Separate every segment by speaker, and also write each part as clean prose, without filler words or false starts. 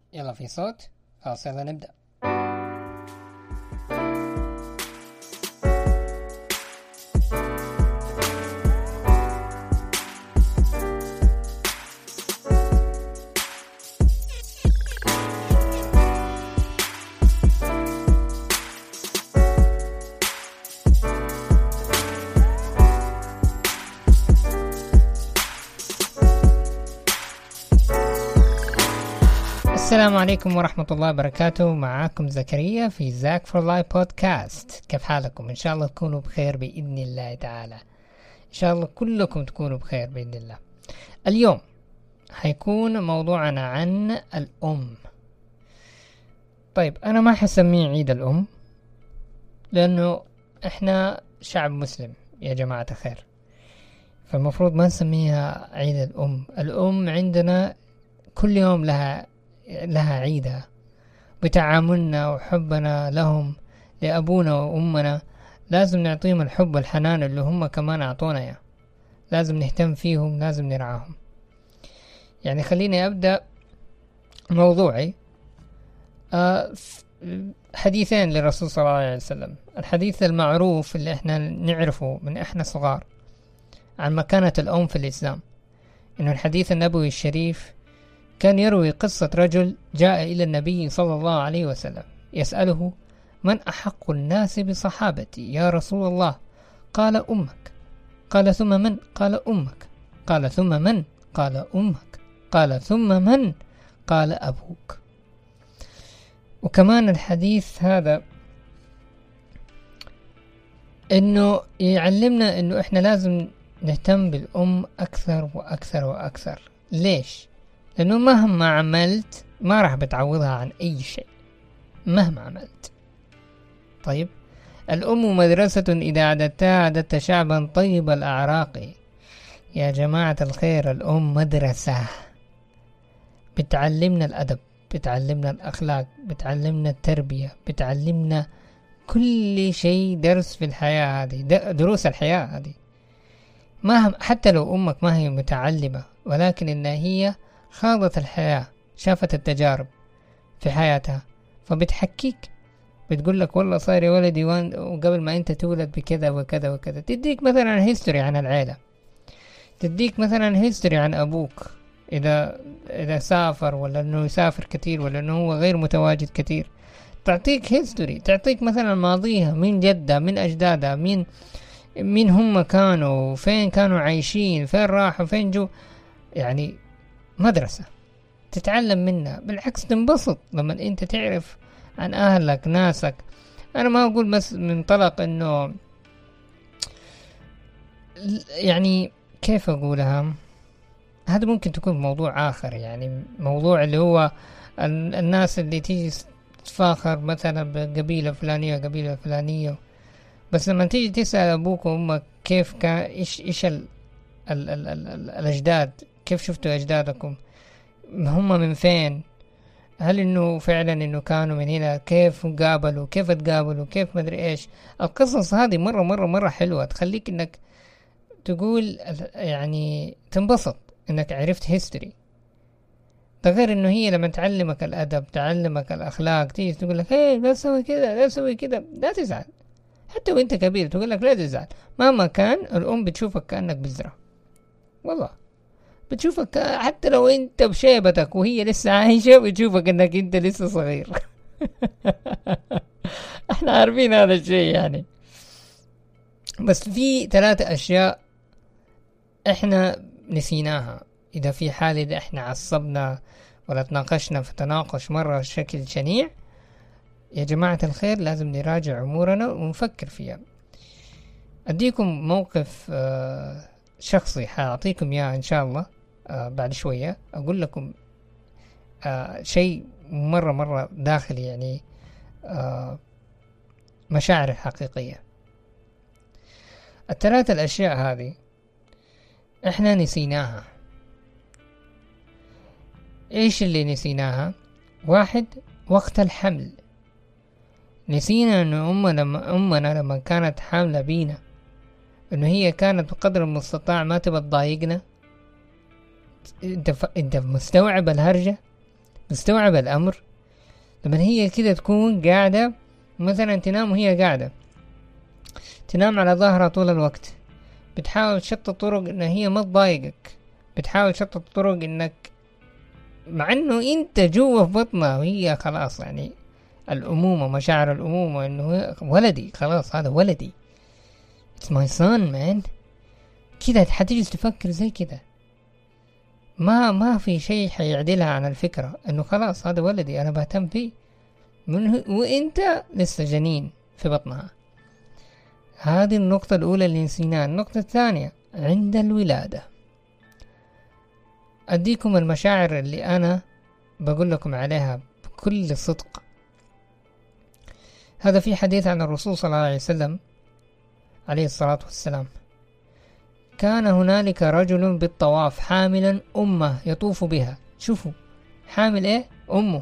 Speaker 1: يلا في صوت. خلاص يلا نبدأ. السلام عليكم ورحمة الله وبركاته. معاكم زكريا في زاك فور لايف بودكاست. كيف حالكم؟ إن شاء الله تكونوا بخير بإذن الله تعالى. إن شاء الله كلكم تكونوا بخير بإذن الله. اليوم حيكون موضوعنا عن الأم. طيب أنا ما حسميه عيد الأم لأنه إحنا شعب مسلم يا جماعة الخير، فالمفروض ما نسميها عيد الأم. الأم عندنا كل يوم لها عيدها، بتعاملنا وحبنا لهم، لأبونا وأمنا لازم نعطيهم الحب والحنان اللي هم كمان أعطونا إياه. لازم نهتم فيهم، لازم نرعاهم. يعني خليني أبدأ موضوعي حديثين للرسول صلى الله عليه وسلم. الحديث المعروف اللي احنا نعرفه من احنا صغار عن مكانة الأم في الإسلام، إنه الحديث النبوي الشريف كان يروي قصة رجل جاء إلى النبي صلى الله عليه وسلم يسأله: من أحق الناس بصحابتي يا رسول الله؟ قال: أمك. قال: ثم من؟ قال: أمك. قال: ثم من؟ قال: أمك. قال: ثم من؟ قال: أبوك. وكمان الحديث هذا إنه يعلمنا إنه إحنا لازم نهتم بالأم أكثر وأكثر وأكثر. ليش؟ لأنه مهما عملت ما راح بتعوضها عن أي شيء مهما عملت. طيب، الأم مدرسة إذا عددتها عددت شعبا طيب الأعراق. يا جماعة الخير، الأم مدرسة بتعلمنا الأدب، بتعلمنا الأخلاق، بتعلمنا التربية، بتعلمنا كل شيء. درس في الحياة هذه، دروس الحياة هذه. حتى لو أمك ما هي متعلمة، ولكن إن هي خاضت الحياة، شافت التجارب في حياتها، فبتحكيك، بتقول لك والله صار يا ولدي وقبل ما انت تولد بكذا وكذا وكذا. تديك مثلا هيستوري عن العيلة، تديك مثلا هيستوري عن أبوك إذا سافر، ولا أنه يسافر كتير، ولا أنه هو غير متواجد كتير. تعطيك هيستوري، تعطيك مثلا ماضيها، من جدة، من أجدادها، مين هم كانوا، فين كانوا عايشين، فين راحوا، فين جو. يعني مدرسة تتعلم منها. بالعكس تنبسط لما انت تعرف عن اهلك، ناسك. انا ما اقول بس من طلق انه يعني كيف اقولها، هذا ممكن تكون موضوع اخر. يعني موضوع اللي هو الناس اللي تيجي تفاخر مثلا بقبيلة فلانية قبيلة فلانية، بس لما تيجي تسأل ابوك وامك كيف كان، ايش الاجداد، كيف شفتوا اجدادكم، هم من فين، هل انه فعلا انه كانوا من هنا، كيف قابلوا، كيف تقابلوا، كيف مدري ايش. القصص هذه مرة مرة مرة حلوة، تخليك انك تقول يعني تنبسط انك عرفت هيستوري. ده غير انه هي لما تعلمك الادب، تعلمك الاخلاق، تيجي تقول لك هي لا تسوي كذا، لا تسوي كذا، لا تزعل. حتى وانت كبير تقول لك لا تزعل. مهما كان الام بتشوفك كأنك بذرة، والله بتشوفك حتى لو انت بشيبتك وهي لسه عايشة، بتشوفك انك انت لسه صغير. احنا عارفين هذا الشيء يعني. بس في 3 أشياء احنا نسيناها. اذا في حال اذا احنا عصبنا ولا تناقشنا في تناقش مرة بشكل شنيع، يا جماعة الخير لازم نراجع امورنا ونفكر فيها. اديكم موقف شخصي حاعطيكم اياه ان شاء الله بعد شوية. أقول لكم شيء مرة مرة داخلي، يعني مشاعر حقيقية. ال3 الأشياء هذه إحنا نسيناها. إيش اللي نسيناها؟ 1، وقت الحمل. نسينا أن أمنا لما كانت حاملة بينا، أنه هي كانت بقدر المستطاع ما تبى تضايقنا. انت مستوعب الهرجة؟ مستوعب الأمر؟ لما هي كده تكون قاعدة مثلا تنام وهي قاعدة تنام على ظهرها طول الوقت، بتحاول شتى الطرق ان هي ما تضايقك، بتحاول شتى الطرق انك مع انه انت جوا في بطنها وهي خلاص يعني الأمومة، مشاعر الأمومة انه ولدي خلاص هذا ولدي it's my son man، كده حتجلس تفكر زي كده، ما في شيء حيعدلها عن الفكرة انه خلاص هذا ولدي انا بهتم فيه وانت لسه جنين في بطنها. هذه النقطة الأولى اللي نسيناها. النقطة الثانية عند الولادة، أديكم المشاعر اللي أنا بقول لكم عليها بكل صدق. هذا في حديث عن الرسول صلى الله عليه وسلم عليه الصلاة والسلام، كان هنالك رجل بالطواف حاملا أمه يطوف بها. شوفوا حامل إيه؟ أمه،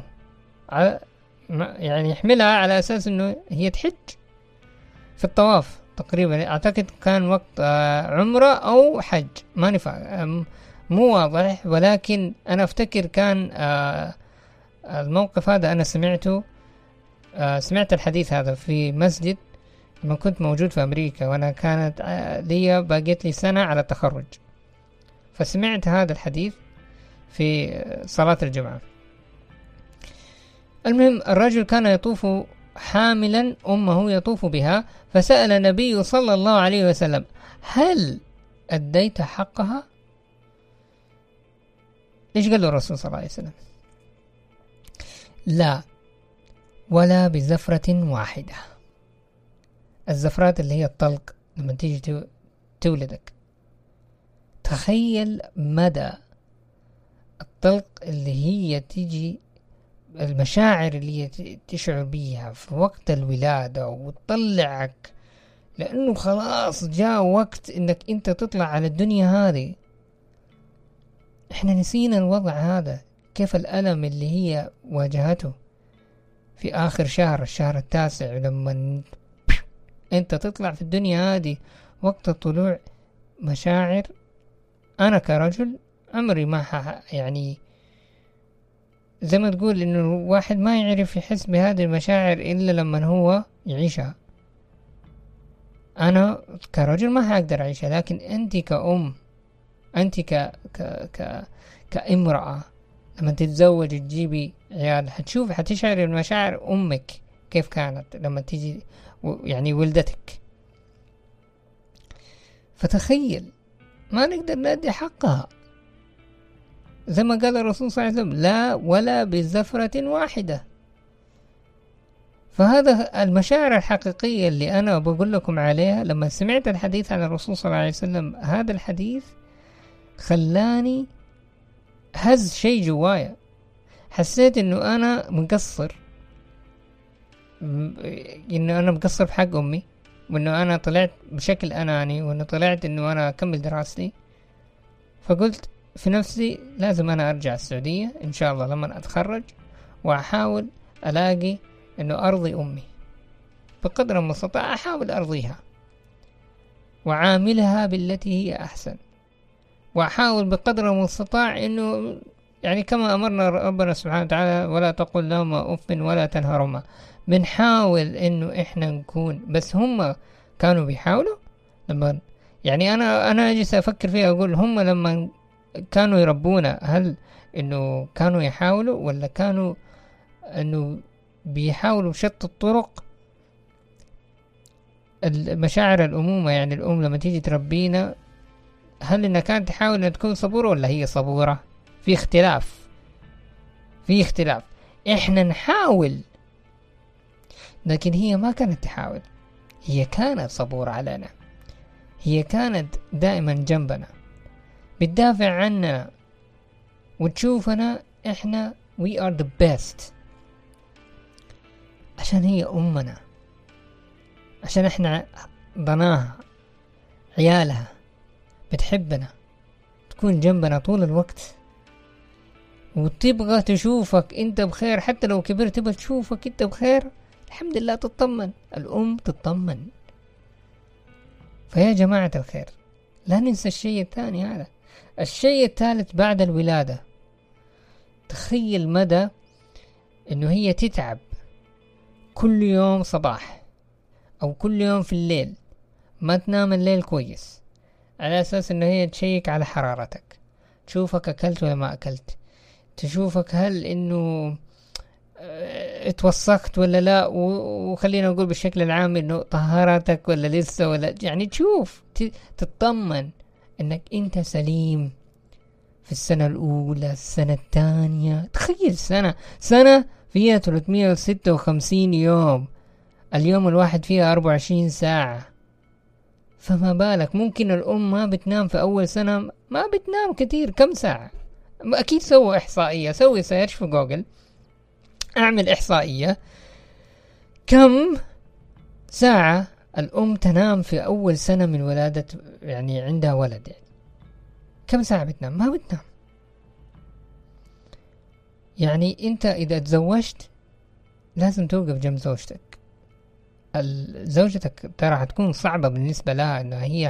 Speaker 1: يعني يحملها على أساس أنه هي تحج في الطواف تقريبا، أعتقد كان وقت عمرة أو حج، ما نفع مو واضح، ولكن أنا أفتكر كان الموقف هذا أنا سمعت الحديث هذا في مسجد لما كنت موجود في أمريكا، وأنا كانت لي باقيت لي سنة على التخرج، فسمعت هذا الحديث في صلاة الجمعة. المهم الرجل كان يطوف حاملا أمه يطوف بها، فسأل النبي صلى الله عليه وسلم هل أديت حقها؟ إيش قال له الرسول صلى الله عليه وسلم؟ لا ولا بزفرة واحدة. الزفرات اللي هي الطلق لما تيجي تولدك، تخيل مدى الطلق اللي هي تيجي، المشاعر اللي هي تشعر بيها في وقت الولادة وتطلعك، لأنه خلاص جاء وقت إنك أنت تطلع على الدنيا هذه. إحنا نسينا الوضع هذا، كيف الألم اللي هي واجهته في آخر شهر، الشهر التاسع، لما أنت تطلع في الدنيا هذه وقت الطلوع. مشاعر أنا كرجل عمري ما يعني زي ما تقول إنه الواحد ما يعرف يحس بهذه المشاعر إلا لما هو يعيشها. أنا كرجل ما هقدر أعيشها، لكن أنت كأم، أنت كامرأة لما تتزوج تجيبي عيال حتشعر المشاعر أمك كيف كانت لما تيجي يعني ولدتك. فتخيل ما نقدر ندي حقها، زي ما قال الرسول صلى الله عليه وسلم لا ولا بزفرة واحدة. فهذا المشاعر الحقيقية اللي أنا بقول لكم عليها. لما سمعت الحديث عن الرسول صلى الله عليه وسلم، هذا الحديث خلاني هز شيء جوايا، حسيت إنه أنا مقصر، إنه أنا مقصر بحق أمي، وإنه أنا طلعت بشكل أناني، وإنه طلعت إنه أنا أكمل دراستي. فقلت في نفسي لازم أنا أرجع السعودية إن شاء الله لما أتخرج، وأحاول ألاقي إنه أرضي أمي بقدر المستطاع، أحاول أرضيها وعاملها بالتي هي أحسن، وأحاول بقدر المستطاع إنه يعني كما أمرنا ربنا سبحانه وتعالى ولا تقل لهما أف ولا تنهرهما. بنحاول إنه إحنا نكون، بس هم كانوا بيحاولوا. لما يعني أنا أجلس أفكر فيها أقول هم لما كانوا يربونا، هل إنه كانوا يحاولوا ولا كانوا إنه بيحاولوا بشتى الطرق؟ المشاعر الأمومة يعني الأم لما تيجي تربينا، هل إنها كانت تحاول أن تكون صبورة ولا هي صبورة؟ في اختلاف. إحنا نحاول، لكن هي ما كانت تحاول، هي كانت صبورة علينا، هي كانت دائما جنبنا بتدافع عنا وتشوفنا إحنا we are the best، عشان هي أمنا، عشان إحنا ضناها، عيالها، بتحبنا، تكون جنبنا طول الوقت، وتبغى تشوفك انت بخير. حتى لو كبرت تبغى تشوفك انت بخير، الحمد لله تطمن، الأم تطمن. فيا جماعة الخير لا ننسى الشيء الثاني هذا. الشيء الثالث بعد الولادة، تخيل مدى انه هي تتعب كل يوم صباح او كل يوم في الليل، ما تنام الليل كويس، على اساس انه هي تشيك على حرارتك، تشوفك اكلت ولا ما اكلت، تشوفك هل انه اتوسخت ولا لا، وخلينا نقول بالشكل العام انه طهارتك ولا لسه، ولا يعني تشوف تطمن انك انت سليم في السنة الاولى، السنة الثانية. تخيل سنة فيها 356 يوم، اليوم الواحد فيها 24 ساعة، فما بالك ممكن الأم ما بتنام في أول سنة، ما بتنام كتير، كم ساعة؟ أكيد سووا إحصائية، سوي سيرش في جوجل، أعمل إحصائية كم ساعة الأم تنام في أول سنة من ولادة، يعني عندها ولد، يعني كم ساعة بتنام؟ ما بتنام. يعني أنت إذا تزوجت لازم توقف جنب زوجتك. زوجتك ترى هتكون صعبة بالنسبة لها، إنها هي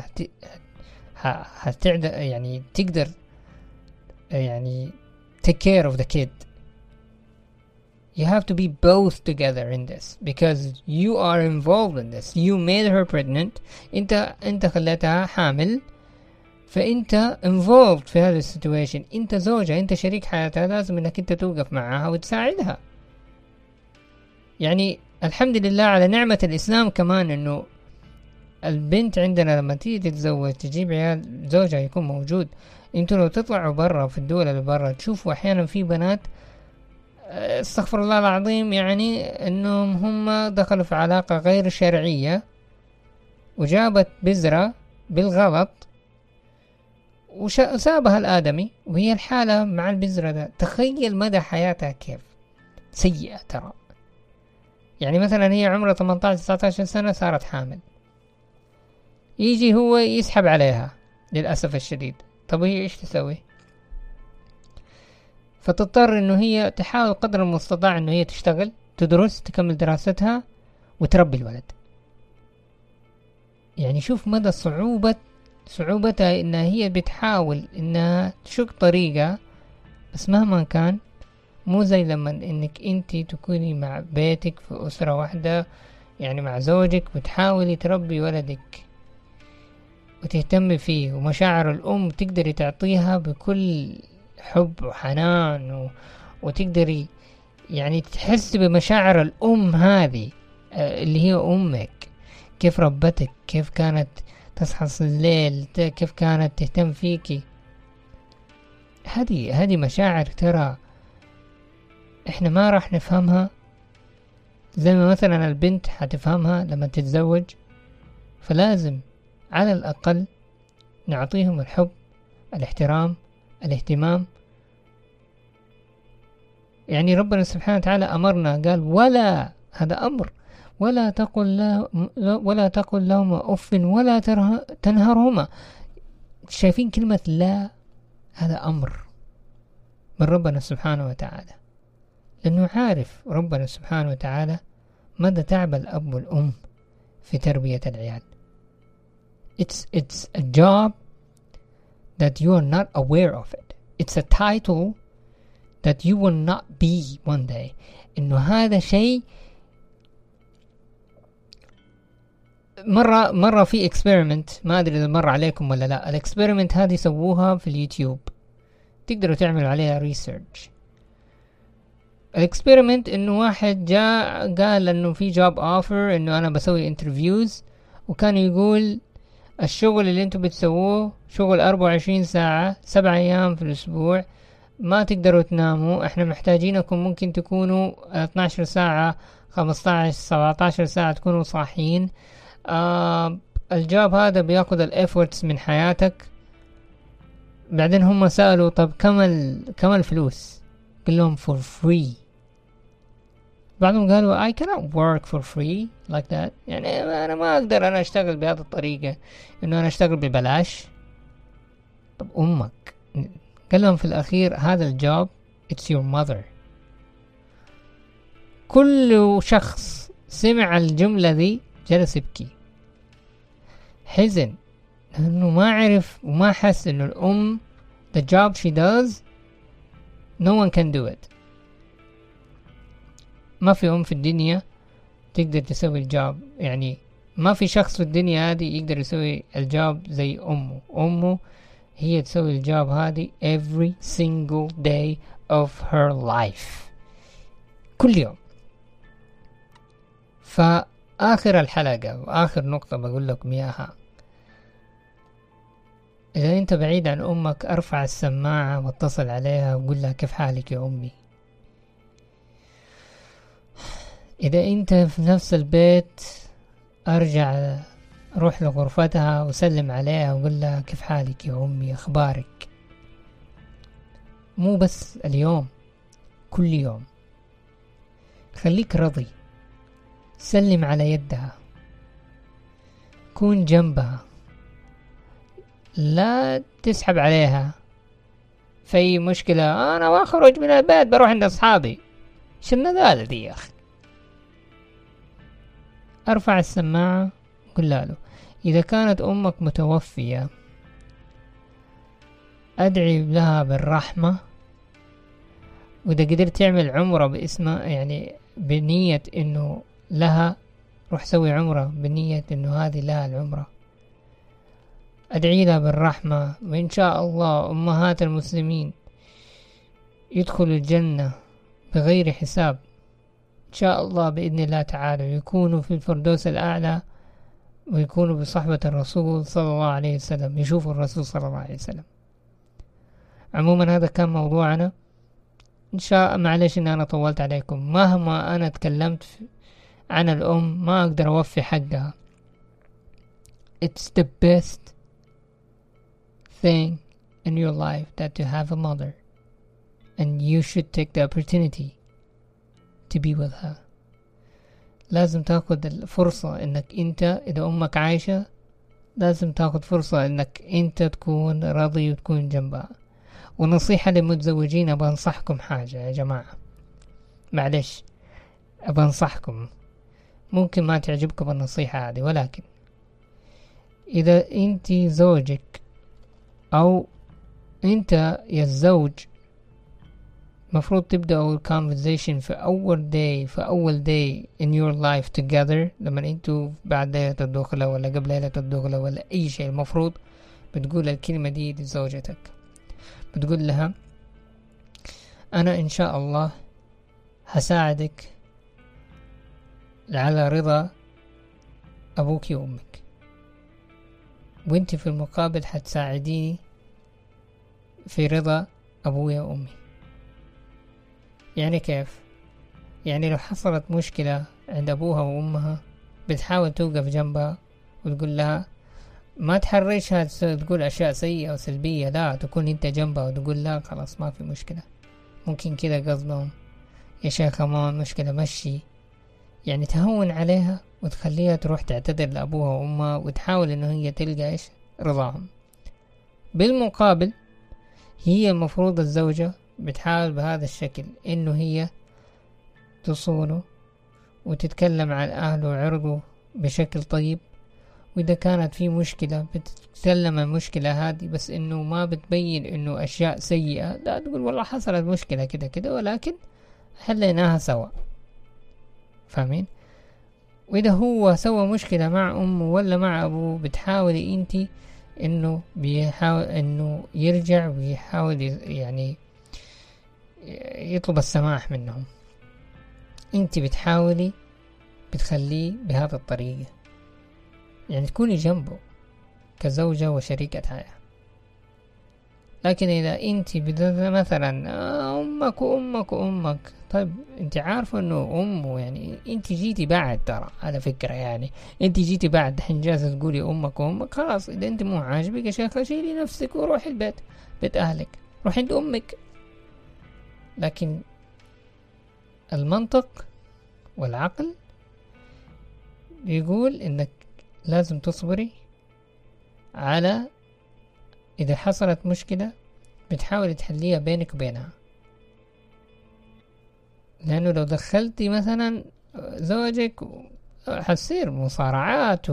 Speaker 1: يعني تقدر يعني take care of the kid. You have to be both together in this because you are involved in this. You made her pregnant. انت خليتها حامل، فانت involved في هذا السيتويشن. انت زوجة، انت شريك حياتها، لازم انك انت توقف معها وتساعدها. يعني الحمد لله على نعمة الإسلام كمان، إنه البنت عندنا لما تيجي تتزوج تجيب عيال، زوجها يكون موجود. انتوا لو تطلعوا برا في الدول اللي برا تشوفوا أحيانا في بنات استغفر الله العظيم، يعني إنهم هم دخلوا في علاقة غير شرعية وجابت بذرة بالغلط وسابها الآدمي وهي الحالة مع البذرة ده. تخيل مدى حياتها كيف سيئة ترى. يعني مثلا هي عمرها 18-19 سنة صارت حامل، يجي هو يسحب عليها للأسف الشديد. طب هي ايش تسوي؟ فتضطر انه هي تحاول قدر المستطاع انه هي تشتغل، تدرس، تكمل دراستها وتربي الولد. يعني شوف مدى صعوبتها انها هي بتحاول انها تشق طريقة، بس مهما كان مو زي لما انك انت تكوني مع بيتك في اسرة واحدة، يعني مع زوجك، وتحاولي تربي ولدك وتهتمي فيه، ومشاعر الام تقدري تعطيها بكل حب وحنان وتقدري يعني تحس بمشاعر الام هذه اللي هي امك، كيف ربتك، كيف كانت تصحى الليل، كيف كانت تهتم فيكي. هذه مشاعر ترى احنا ما راح نفهمها زي ما مثلا البنت حتفهمها لما تتزوج. فلازم على الأقل نعطيهم الحب، الاحترام، الاهتمام. يعني ربنا سبحانه وتعالى أمرنا، قال ولا، هذا أمر، ولا تقل لهما أف ولا تنهرهما. شايفين كلمة لا؟ هذا أمر من ربنا سبحانه وتعالى، لأنه عارف ربنا سبحانه وتعالى مدى تعب الأب والأم في تربية العيال. It's a job that you are not aware of it. It's a title that you will not be one day. إنه هذا شيء مرة في experiment، ما أدري إذا مر عليكم ولا لا. الإكسبيرمنت هذه سووها في اليوتيوب، تقدروا تعملوا عليها ريسيرش. الاكسبيرمنت انه واحد جاء قال انه في جوب اوفر، انه انا بسوي انترفيوز، وكان يقول الشغل اللي انتم بتسووه شغل 24 ساعة 7 ايام في الاسبوع، ما تقدروا تناموا، احنا محتاجينكم ممكن تكونوا 12 ساعة 15 17 ساعة تكونوا صاحيين. الجوب هذا بياخذ الافورتس من حياتك. بعدين هم سألوا طب كم الفلوس؟ قال لهم for free. بعضهم قالوا I cannot work for free like that، يعني أنا ما أقدر أنا أشتغل بهذه الطريقة، إنه أنا أشتغل ببلاش. طب أمك. قال لهم في الأخير هذا الجوب it's your mother. كل شخص سمع الجملة ذي جلس يبكي، حزن، لأنه ما عرف وما حس إنه الأم the job she does no one can do it. ما في أم في الدنيا تقدر تسوي الجوب، يعني ما في شخص في الدنيا هذه يقدر يسوي الجوب زي أمه هي تسوي الجوب هذه every single day of her life، كل يوم. فآخر الحلقة وآخر نقطة بقول لكم إياها، إذا أنت بعيد عن أمك أرفع السماعة واتصل عليها وقول لها كيف حالك يا أمي. إذا أنت في نفس البيت أرجع روح لغرفتها وسلم عليها وقول لها كيف حالك يا أمي، أخبارك. مو بس اليوم، كل يوم. خليك رضي، سلم على يدها، كون جنبها، لا تسحب عليها في أي مشكلة. أنا بخرج من البيت بروح عند أصحابي، شنو ذا دي يا أخي؟ أرفع السماعة قل له. إذا كانت أمك متوفية أدعي لها بالرحمة، وإذا قدرت تعمل عمرة باسمها يعني بنية إنه لها، روح سوي عمرة بنية إنه هذه لها العمرة، أدعي لها بالرحمة. وإن شاء الله أمهات المسلمين يدخلوا الجنة بغير حساب إن شاء الله بإذن الله تعالى، ويكونوا في الفردوس الأعلى، ويكونوا بصحبة الرسول صلى الله عليه وسلم، يشوفوا الرسول صلى الله عليه وسلم. عموما هذا كان موضوعنا. إن شاء معلش إن أنا طولت عليكم، مهما أنا تكلمت عن الأم ما أقدر أوفي حقها. It's the best thing in your life that you have a mother, and you should take the opportunity to be with her. لازم تاخد الفرصة انك انت اذا امك عايشة لازم تاخد فرصة انك انت تكون راضي وتكون جنبها. ونصيحة للمتزوجين، ابى انصحكم حاجة يا جماعة، معلش ابى انصحكم، ممكن ما تعجبكم النصيحة هذه، ولكن اذا انت زوجك او انت يا الزوج مفروض تبدأوا conversation في أول day in your life together، لما انتوا بعد ليلة الدخلة ولا قبل ليلة الدخلة ولا أي شيء، المفروض بتقول الكلمة دي لزوجتك، بتقول لها أنا إن شاء الله هساعدك على رضا أبوك وأمك، وانت في المقابل هتساعديني في رضا أبويا وأمي. يعني كيف؟ يعني لو حصلت مشكلة عند أبوها وأمها بتحاول توقف جنبها وتقول لها، ما تحرشها تقول أشياء سيئة وسلبية، لا، تكون انت جنبها وتقول لا خلاص ما في مشكلة، ممكن كده قصدهم يا شيخ ما مشكلة مشي، يعني تهون عليها وتخليها تروح تعتذر لأبوها وأمها وتحاول إنه هي تلقى إيش رضاهم. بالمقابل هي المفروض الزوجة بتحاول بهذا الشكل إنه هي تصونه وتتكلم عن أهله وعرضه بشكل طيب، وإذا كانت في مشكلة بتتكلم عن المشكلة هذه، بس إنه ما بتبين إنه أشياء سيئة، لا تقول والله حصلت مشكلة كده كده ولكن حليناها سوا، فاهمين؟ وإذا هو سوى مشكلة مع أمه ولا مع أبوه بتحاولي أنتي إنه بيحاول إنه يرجع ويحاول يعني يطلب السماح منهم، أنتي بتحاولي بتخليه بهذا الطريقة، يعني تكوني جنبه كزوجة وشريكة حياة. لكن إذا أنتي مثلا أمك وأمك، طيب أنت عارفة إنه أمه، يعني أنت جيتي بعد، ترى على فكرة يعني أنت جيتي بعد حين جالسة تقولي أمك وأمك، خلاص إذا أنت مو عاجبك يا شيخة شيلي نفسك وروحي البيت، بيت أهلك، روحي عند أمك. لكن المنطق والعقل يقول إنك لازم تصبري على إذا حصلت مشكلة بتحاول تحليها بينك وبينها، لأنه لو دخلتي مثلا زوجك حتصير مصارعات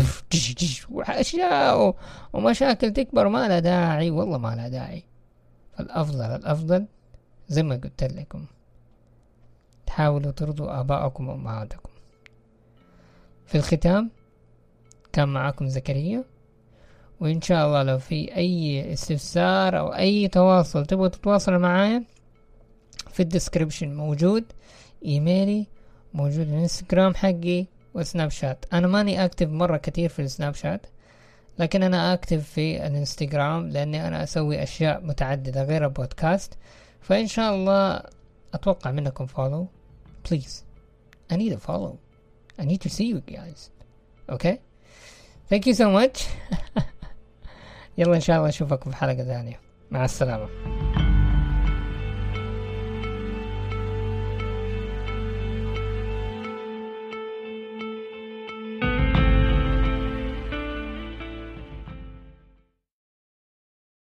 Speaker 1: وأشياء ومشاكل تكبر ما لها داعي، والله ما لها داعي. الأفضل زي ما قلت لكم حاولوا ترضوا آباءكم وأمهاتكم. في الختام كان معكم زكريا، وإن شاء الله لو في أي استفسار أو أي تواصل تبغوا تتواصلوا معايا، في الديسكريبشن موجود إيميلي، موجود الانستغرام حقي وسناب شات. أنا ماني أكتب مرة كتير في السناب شات، لكن أنا أكتب في الانستغرام لأني أنا أسوي أشياء متعددة غير البودكاست. فإن شاء الله أتوقع منكم follow please. I need a follow. I need to see you guys. Okay? Thank you so much. يلا إن شاء الله أشوفكم في حلقة ثانية. مع السلامة.